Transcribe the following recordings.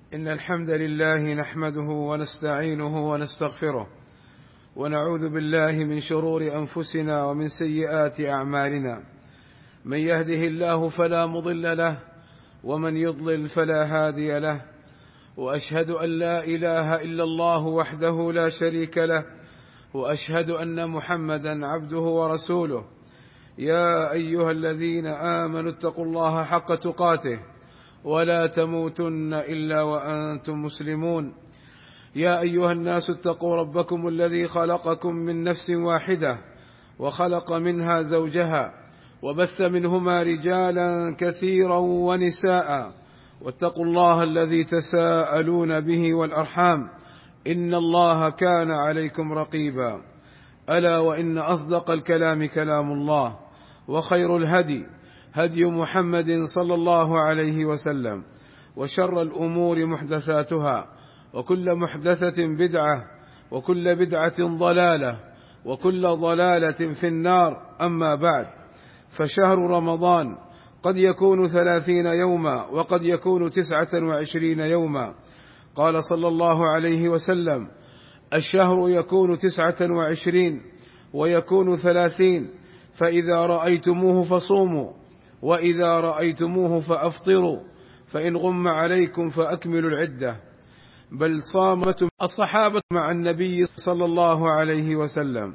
إن الحمد لله نحمده ونستعينه ونستغفره، ونعوذ بالله من شرور أنفسنا ومن سيئات أعمالنا. من يهده الله فلا مضل له، ومن يضلل فلا هادي له. وأشهد أن لا إله إلا الله وحده لا شريك له، وأشهد أن محمدا عبده ورسوله. يا أيها الذين آمنوا اتقوا الله حق تقاته ولا تموتن إلا وأنتم مسلمون. يا أيها الناس اتقوا ربكم الذي خلقكم من نفس واحدة، وخلق منها زوجها، وبث منهما رجالا كثيرا ونساء. واتقوا الله الذي تساءلون به والأرحام، إن الله كان عليكم رقيبا. ألا وإن أصدق الكلام كلام الله، وخير الهدي هدي محمد صلى الله عليه وسلم، وشر الأمور محدثاتها، وكل محدثة بدعة، وكل بدعة ضلالة، وكل ضلالة في النار. أما بعد، فشهر رمضان قد يكون 30 يوما، وقد يكون 29 يوما. قال صلى الله عليه وسلم: الشهر يكون 29 ويكون 30، فإذا رأيتموه فصوموا، وإذا رأيتموه فأفطروا، فإن غم عليكم فأكملوا العدة. بل صامت الصحابة مع النبي صلى الله عليه وسلم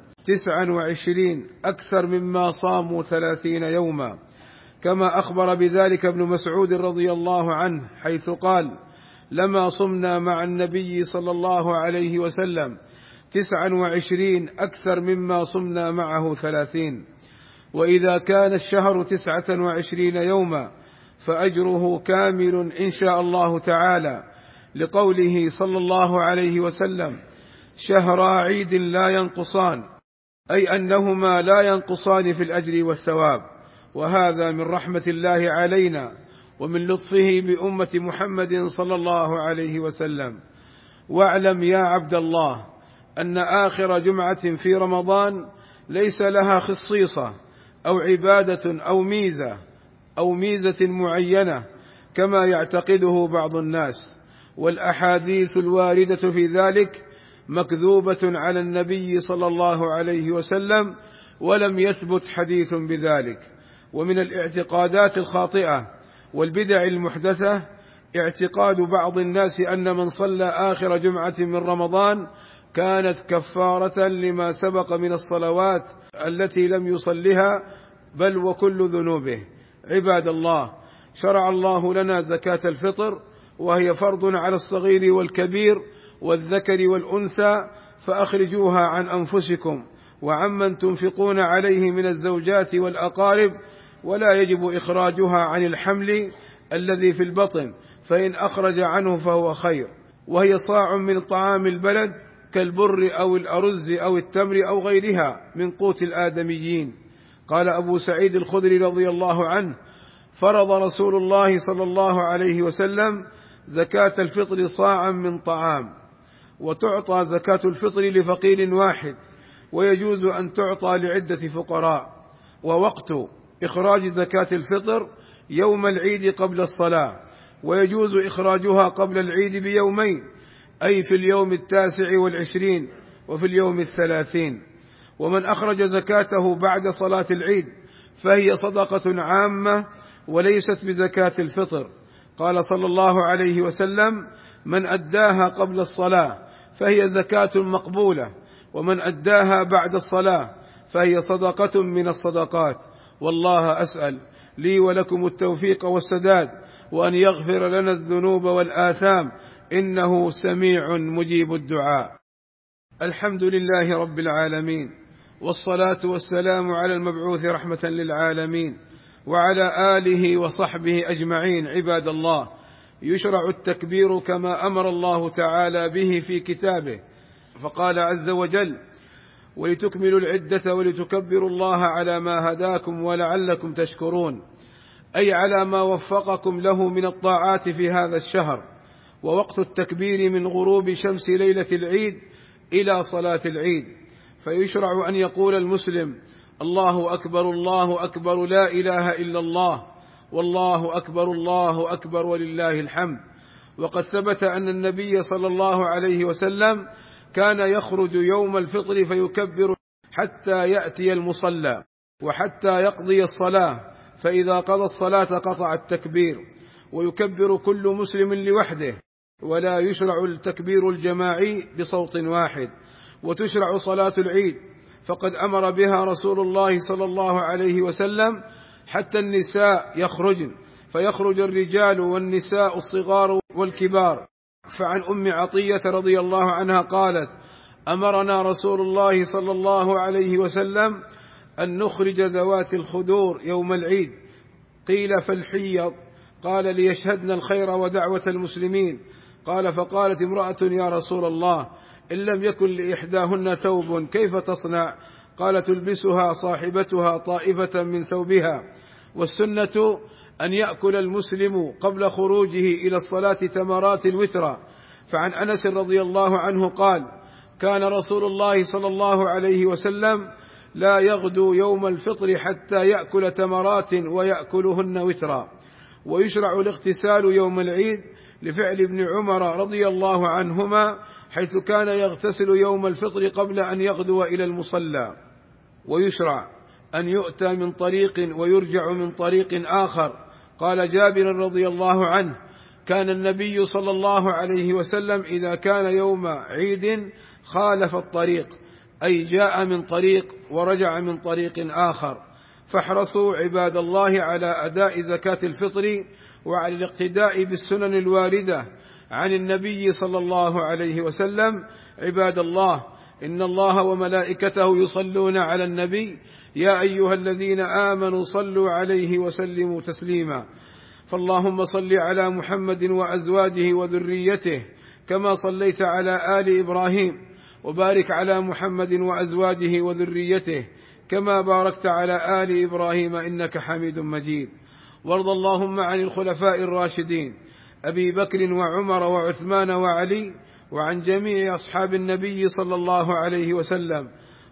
29 أكثر مما صاموا 30 يوما، كما أخبر بذلك ابن مسعود رضي الله عنه، حيث قال: لما صمنا مع النبي صلى الله عليه وسلم 29 أكثر مما صمنا معه 30. وإذا كان الشهر 29 يوما فأجره كامل إن شاء الله تعالى، لقوله صلى الله عليه وسلم: شهرا عيد لا ينقصان، أي أنهما لا ينقصان في الأجر والثواب. وهذا من رحمة الله علينا ومن لطفه بأمة محمد صلى الله عليه وسلم. واعلم يا عبد الله أن آخر جمعة في رمضان ليس لها خصيصة أو عبادة أو ميزة معينة كما يعتقده بعض الناس، والأحاديث الواردة في ذلك مكذوبة على النبي صلى الله عليه وسلم، ولم يثبت حديث بذلك. ومن الاعتقادات الخاطئة والبدع المحدثة اعتقاد بعض الناس أن من صلى آخر جمعة من رمضان كانت كفارة لما سبق من الصلوات التي لم يصلها، بل وكل ذنوبه. عباد الله، شرع الله لنا زكاة الفطر، وهي فرض على الصغير والكبير والذكر والأنثى، فأخرجوها عن أنفسكم وعمن تنفقون عليه من الزوجات والأقارب، ولا يجب إخراجها عن الحمل الذي في البطن، فإن أخرج عنه فهو خير. وهي صاع من طعام البلد كالبر أو الأرز أو التمر أو غيرها من قوت الآدميين. قال أبو سعيد الخدري رضي الله عنه: فرض رسول الله صلى الله عليه وسلم زكاة الفطر صاعا من طعام. وتعطى زكاة الفطر لفقير واحد، ويجوز أن تعطى لعدة فقراء. ووقت إخراج زكاة الفطر يوم العيد قبل الصلاة، ويجوز إخراجها قبل العيد بيومين، أي في اليوم 29 وفي اليوم 30. ومن أخرج زكاته بعد صلاة العيد فهي صدقة عامة وليست بزكاة الفطر. قال صلى الله عليه وسلم: من أداها قبل الصلاة فهي زكاة مقبولة، ومن أداها بعد الصلاة فهي صدقة من الصدقات. والله أسأل لي ولكم التوفيق والسداد، وأن يغفر لنا الذنوب والآثام، إنه سميع مجيب الدعاء. الحمد لله رب العالمين، والصلاة والسلام على المبعوث رحمة للعالمين، وعلى آله وصحبه أجمعين. عباد الله، يشرع التكبير كما أمر الله تعالى به في كتابه، فقال عز وجل: ولتكملوا العدة ولتكبروا الله على ما هداكم ولعلكم تشكرون، أي على ما وفقكم له من الطاعات في هذا الشهر. ووقت التكبير من غروب شمس ليلة العيد إلى صلاة العيد. فيشرع أن يقول المسلم: الله أكبر الله أكبر، لا إله إلا الله، والله أكبر الله أكبر ولله الحمد. وقد ثبت أن النبي صلى الله عليه وسلم كان يخرج يوم الفطر فيكبر حتى يأتي المصلى وحتى يقضي الصلاة، فإذا قضى الصلاة قطع التكبير، ويكبر كل مسلم لوحده، ولا يشرع التكبير الجماعي بصوت واحد. وتشرع صلاة العيد، فقد أمر بها رسول الله صلى الله عليه وسلم حتى النساء يخرجن، فيخرج الرجال والنساء الصغار والكبار. فعن أم عطية رضي الله عنها قالت: أمرنا رسول الله صلى الله عليه وسلم أن نخرج ذوات الخدور يوم العيد. قيل: فالحيض؟ قال: ليشهدن الخير ودعوة المسلمين. قال: فقالت امرأة: يا رسول الله، إن لم يكن لإحداهن ثوب كيف تصنع؟ قال: تلبسها صاحبتها طائفة من ثوبها. والسنة أن يأكل المسلم قبل خروجه إلى الصلاة تمرات الوتر. فعن أنس رضي الله عنه قال: كان رسول الله صلى الله عليه وسلم لا يغدو يوم الفطر حتى يأكل تمرات ويأكلهن وترا. ويشرع الاغتسال يوم العيد لفعل ابن عمر رضي الله عنهما، حيث كان يغتسل يوم الفطر قبل أن يغدو إلى المصلى. ويشرع أن يؤتى من طريق ويرجع من طريق آخر. قال جابر رضي الله عنه: كان النبي صلى الله عليه وسلم إذا كان يوم عيد خالف الطريق، أي جاء من طريق ورجع من طريق آخر. فاحرصوا عباد الله على أداء زكاة الفطر وعلى الاقتداء بالسنن الواردة عن النبي صلى الله عليه وسلم. عباد الله، إن الله وملائكته يصلون على النبي، يا أيها الذين آمنوا صلوا عليه وسلموا تسليما. فاللهم صل على محمد وأزواجه وذريته كما صليت على آل إبراهيم، وبارك على محمد وأزواجه وذريته كما باركت على آل إبراهيم إنك حميد مجيد. وارض اللهم عن الخلفاء الراشدين أبي بكر وعمر وعثمان وعلي، وعن جميع أصحاب النبي صلى الله عليه وسلم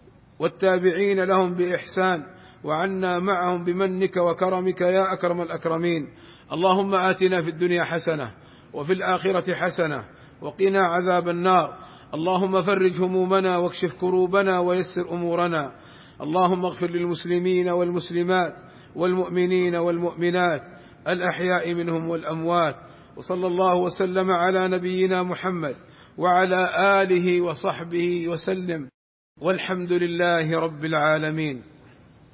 والتابعين لهم بإحسان، وعنا معهم بمنك وكرمك يا أكرم الأكرمين. اللهم آتنا في الدنيا حسنة وفي الآخرة حسنة وقنا عذاب النار. اللهم فرج همومنا واكشف كروبنا ويسر أمورنا. اللهم اغفر للمسلمين والمسلمات والمؤمنين والمؤمنات الأحياء منهم والأموات. وصلى الله وسلم على نبينا محمد وعلى آله وصحبه وسلم، والحمد لله رب العالمين.